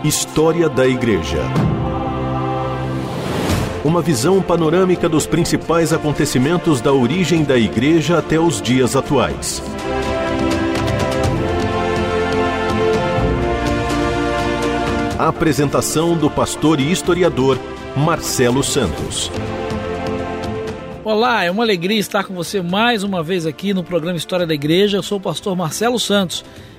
História da Igreja. Uma visão panorâmica dos principais acontecimentos da origem da Igreja até os dias atuais. A apresentação do pastor e historiador Marcelo Santos. Olá, é uma alegria estar com você mais uma vez aqui no programa História da Igreja. Eu sou o pastor Marcelo Santos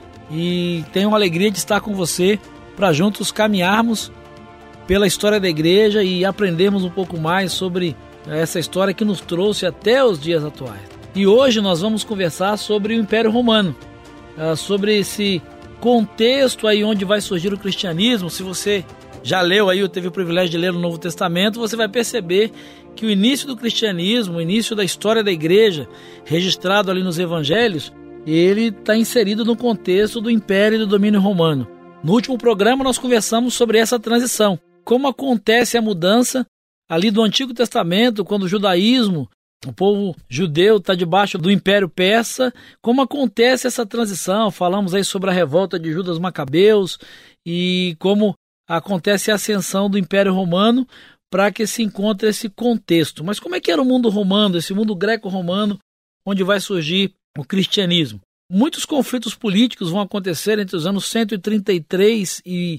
e tenho uma alegria de estar com você para juntos caminharmos pela história da igreja e aprendermos um pouco mais sobre essa história que nos trouxe até os dias atuais. E hoje nós vamos conversar sobre o Império Romano, sobre esse contexto aí onde vai surgir o cristianismo. Se você já leu aí, ou teve o privilégio de ler o Novo Testamento, você vai perceber que o início do cristianismo, o início da história da igreja, registrado ali nos evangelhos, ele está inserido no contexto do Império e do domínio romano. No último programa nós conversamos sobre essa transição, como acontece a mudança ali do Antigo Testamento, quando o judaísmo, o povo judeu está debaixo do Império Persa, como acontece essa transição. Falamos aí sobre a revolta de Judas Macabeus e como acontece a ascensão do Império Romano para que se encontre esse contexto. Mas como é que era o mundo romano, esse mundo greco-romano, onde vai surgir o cristianismo? Muitos conflitos políticos vão acontecer entre os anos 133 e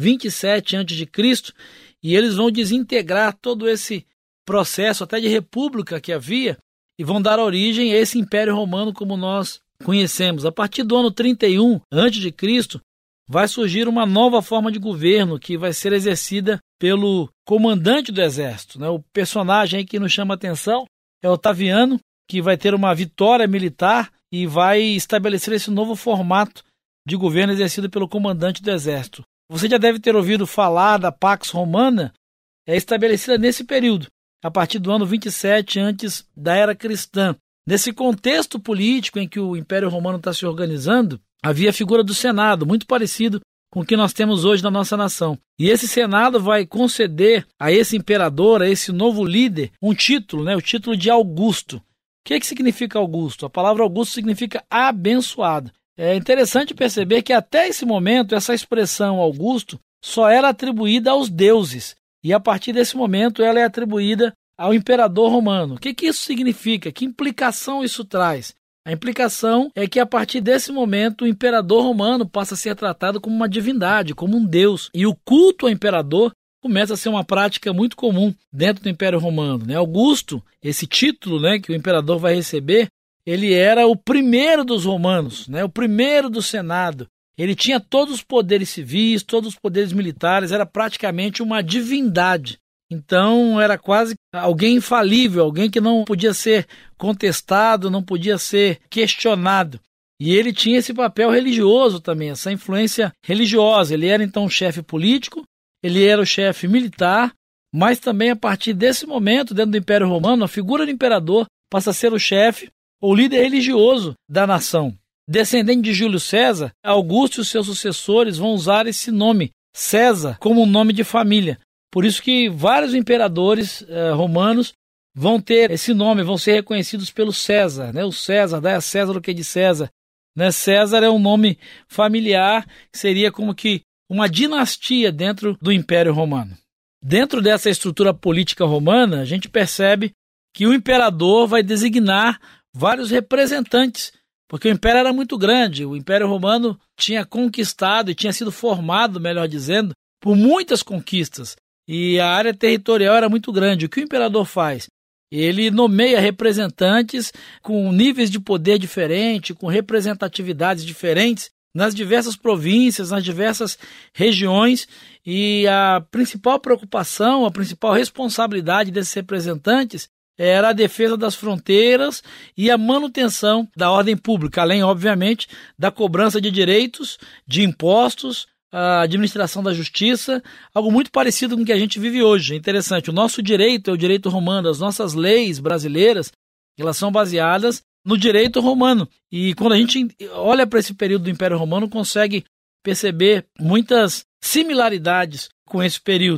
27 a.C., e eles vão desintegrar todo esse processo até de república que havia e vão dar origem a esse Império Romano como nós conhecemos. A partir do ano 31 a.C., vai surgir uma nova forma de governo que vai ser exercida pelo comandante do exército, O personagem aí que nos chama a atenção é Otaviano, que vai ter uma vitória militar e vai estabelecer esse novo formato de governo exercido pelo comandante do exército. Você já deve ter ouvido falar da Pax Romana, estabelecida nesse período, a partir do ano 27 antes da era cristã. Nesse contexto político em que o Império Romano está se organizando, havia a figura do Senado, muito parecido com o que nós temos hoje na nossa nação. E esse Senado vai conceder a esse imperador, a esse novo líder, um título, o título de Augusto. O que significa Augusto? A palavra Augusto significa abençoado. É interessante perceber que até esse momento essa expressão Augusto só era atribuída aos deuses e a partir desse momento ela é atribuída ao imperador romano. O que isso significa? Que implicação isso traz? A implicação é que a partir desse momento o imperador romano passa a ser tratado como uma divindade, como um deus, e o culto ao imperador começa a ser uma prática muito comum dentro do Império Romano. Augusto, esse título que o imperador vai receber, ele era o primeiro dos romanos, o primeiro do Senado. Ele tinha todos os poderes civis, todos os poderes militares, era praticamente uma divindade. Então era quase alguém infalível, alguém que não podia ser contestado, não podia ser questionado. E ele tinha esse papel religioso também, essa influência religiosa. Ele era então um chefe político, ele era o chefe militar, mas também a partir desse momento, dentro do Império Romano, a figura do imperador passa a ser o chefe ou líder religioso da nação. Descendente de Júlio César, Augusto e os seus sucessores vão usar esse nome, César, como um nome de família. Por isso que vários imperadores romanos vão ter esse nome, vão ser reconhecidos pelo César. O César, dá a César o que é de César. César é um nome familiar, seria como que uma dinastia dentro do Império Romano. Dentro dessa estrutura política romana, a gente percebe que o imperador vai designar vários representantes, porque o império era muito grande. O Império Romano tinha conquistado e tinha sido formado, melhor dizendo, por muitas conquistas, e a área territorial era muito grande. O que o imperador faz? Ele nomeia representantes com níveis de poder diferentes, com representatividades diferentes, nas diversas províncias, nas diversas regiões, e a principal preocupação, a principal responsabilidade desses representantes era a defesa das fronteiras e a manutenção da ordem pública, além, obviamente, da cobrança de direitos, de impostos, a administração da justiça, algo muito parecido com o que a gente vive hoje. É interessante, o nosso direito é o direito romano, as nossas leis brasileiras, elas são baseadas no direito romano. E quando a gente olha para esse período do Império Romano, consegue perceber muitas similaridades com esse período.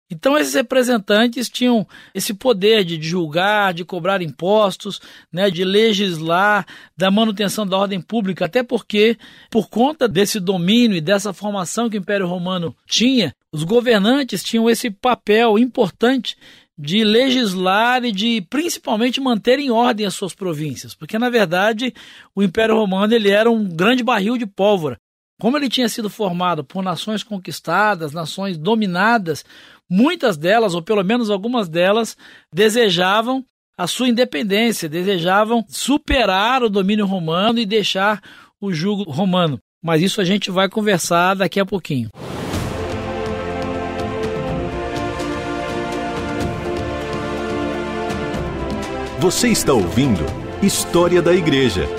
Então esses representantes tinham esse poder de julgar, de cobrar impostos, né, de legislar, da manutenção da ordem pública, até porque, por conta desse domínio e dessa formação que o Império Romano tinha, os governantes tinham esse papel importante de legislar e de principalmente manter em ordem as suas províncias, porque na verdade o Império Romano ele era um grande barril de pólvora. Como ele tinha sido formado por nações conquistadas, nações dominadas, muitas delas, ou pelo menos algumas delas, desejavam a sua independência, desejavam superar o domínio romano e deixar o jugo romano. Mas isso a gente vai conversar daqui a pouquinho. Você está ouvindo História da Igreja.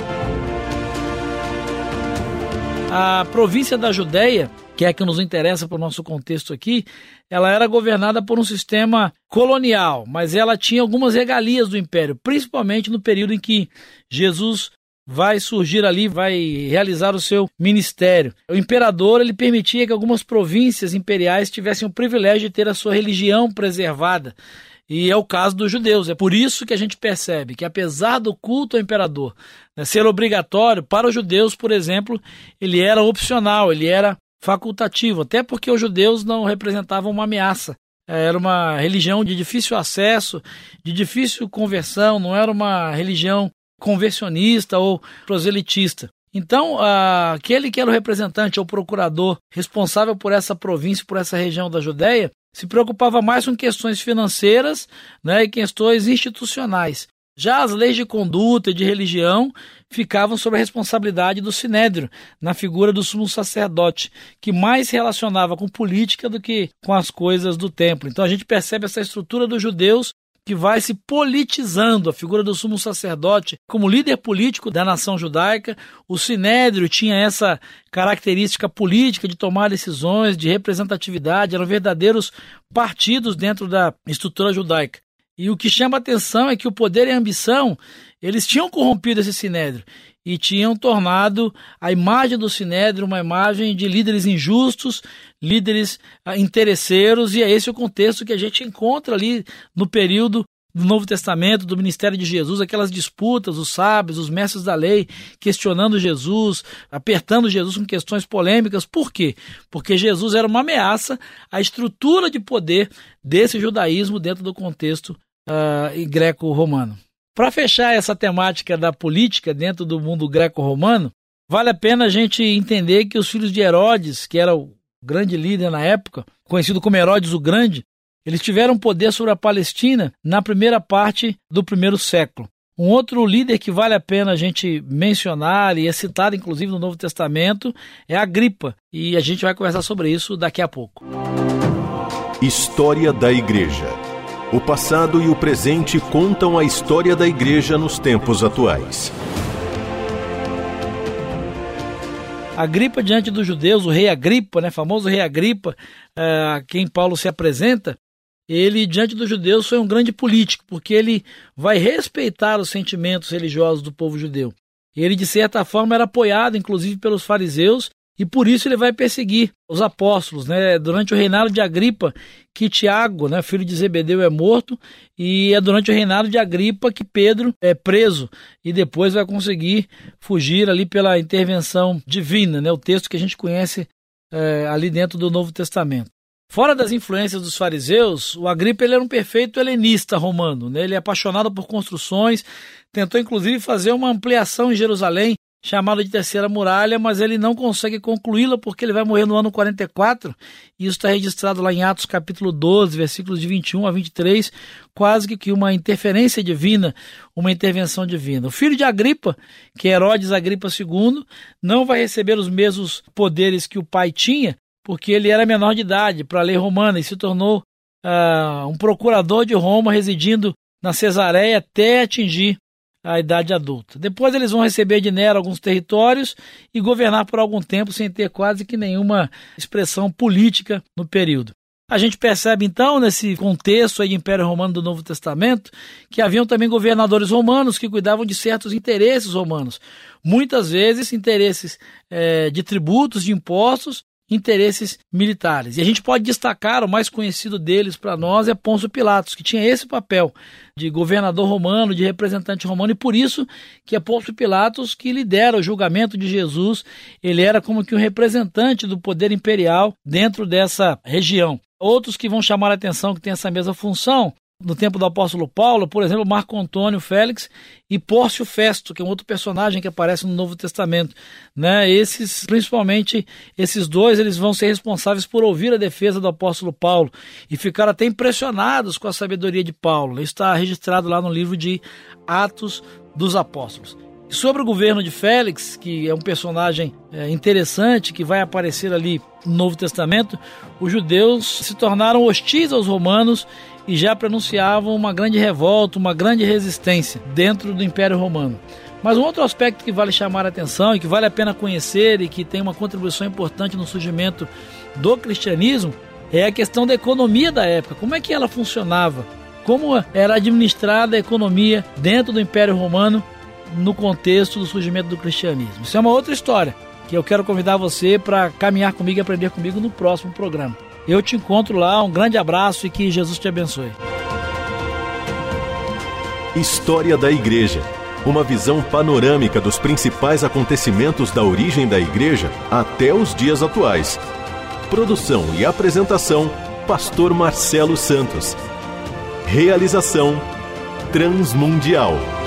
A província da Judéia, que é a que nos interessa para o nosso contexto aqui, ela era governada por um sistema colonial, mas ela tinha algumas regalias do império, principalmente no período em que Jesus vai surgir ali, vai realizar o seu ministério. O imperador ele permitia que algumas províncias imperiais tivessem o privilégio de ter a sua religião preservada. E é o caso dos judeus. É por isso que a gente percebe que, apesar do culto ao imperador, né, ser obrigatório, para os judeus, por exemplo, ele era opcional, ele era facultativo, até porque os judeus não representavam uma ameaça. Era uma religião de difícil acesso, de difícil conversão, não era uma religião conversionista ou proselitista. Então, aquele que era o representante ou procurador responsável por essa província, por essa região da Judéia, se preocupava mais com questões financeiras, né, e questões institucionais. Já as leis de conduta e de religião ficavam sob a responsabilidade do Sinédrio, na figura do sumo sacerdote, que mais se relacionava com política do que com as coisas do templo. Então a gente percebe essa estrutura dos judeus que vai se politizando, a figura do sumo sacerdote como líder político da nação judaica. O Sinédrio tinha essa característica política de tomar decisões, de representatividade, eram verdadeiros partidos dentro da estrutura judaica. E o que chama a atenção é que o poder e a ambição, eles tinham corrompido esse Sinédrio e tinham tornado a imagem do Sinédrio uma imagem de líderes injustos, líderes interesseiros, e é esse o contexto que a gente encontra ali no período do Novo Testamento, do ministério de Jesus, aquelas disputas, os sábios, os mestres da lei, questionando Jesus, apertando Jesus com questões polêmicas. Por quê? Porque Jesus era uma ameaça à estrutura de poder desse judaísmo dentro do contexto greco-romano. Para fechar essa temática da política dentro do mundo greco-romano, vale a pena a gente entender que os filhos de Herodes, que era o grande líder na época, conhecido como Herodes o Grande, eles tiveram poder sobre a Palestina na primeira parte do primeiro século. Um outro líder que vale a pena a gente mencionar, e é citado inclusive no Novo Testamento, é Agripa, e a gente vai conversar sobre isso daqui a pouco. História da Igreja. O passado e o presente contam a história da Igreja nos tempos atuais. Agripa diante dos judeus, o rei Agripa, né, famoso rei Agripa, a quem Paulo se apresenta, ele diante dos judeus foi um grande político, porque ele vai respeitar os sentimentos religiosos do povo judeu. Ele, de certa forma, era apoiado, inclusive, pelos fariseus, e por isso ele vai perseguir os apóstolos, né? Durante o reinado de Agripa, que Tiago, né, filho de Zebedeu, é morto, e é durante o reinado de Agripa que Pedro é preso e depois vai conseguir fugir ali pela intervenção divina, né? O texto que a gente conhece ali dentro do Novo Testamento. Fora das influências dos fariseus, o Agripa ele era um perfeito helenista romano, né? Ele é apaixonado por construções, tentou inclusive fazer uma ampliação em Jerusalém, chamada de Terceira Muralha, mas ele não consegue concluí-la porque ele vai morrer no ano 44, e isso está registrado lá em Atos capítulo 12, versículos de 21 a 23, quase que uma interferência divina, uma intervenção divina. O filho de Agripa, que é Herodes Agripa II, não vai receber os mesmos poderes que o pai tinha, porque ele era menor de idade para a lei romana e se tornou um procurador de Roma, residindo na Cesareia até atingir a idade adulta. Depois eles vão receber de Nero alguns territórios e governar por algum tempo sem ter quase que nenhuma expressão política no período. A gente percebe então, nesse contexto aí de Império Romano do Novo Testamento, que haviam também governadores romanos que cuidavam de certos interesses romanos. Muitas vezes interesses de tributos, de impostos, interesses militares. E a gente pode destacar, o mais conhecido deles para nós é Pôncio Pilatos, que tinha esse papel de governador romano, de representante romano, e por isso que é Pôncio Pilatos que lidera o julgamento de Jesus. Ele era como que um representante do poder imperial dentro dessa região. Outros que vão chamar a atenção que tem essa mesma função, no tempo do apóstolo Paulo, por exemplo, Marco Antônio Félix e Pórcio Festo, que é um outro personagem que aparece no Novo Testamento, né? Principalmente esses dois, eles vão ser responsáveis por ouvir a defesa do apóstolo Paulo e ficaram até impressionados com a sabedoria de Paulo. Isso está registrado lá no livro de Atos dos Apóstolos. E sobre o governo de Félix, que é um personagem interessante, que vai aparecer ali no Novo Testamento, os judeus se tornaram hostis aos romanos e já pronunciavam uma grande revolta, uma grande resistência dentro do Império Romano. Mas um outro aspecto que vale chamar a atenção e que vale a pena conhecer e que tem uma contribuição importante no surgimento do cristianismo é a questão da economia da época. Como é que ela funcionava? Como era administrada a economia dentro do Império Romano no contexto do surgimento do cristianismo? Isso é uma outra história que eu quero convidar você para caminhar comigo e aprender comigo no próximo programa. Eu te encontro lá, um grande abraço e que Jesus te abençoe. História da Igreja. Uma visão panorâmica dos principais acontecimentos da origem da Igreja até os dias atuais. Produção e apresentação, Pastor Marcelo Santos. Realização Transmundial.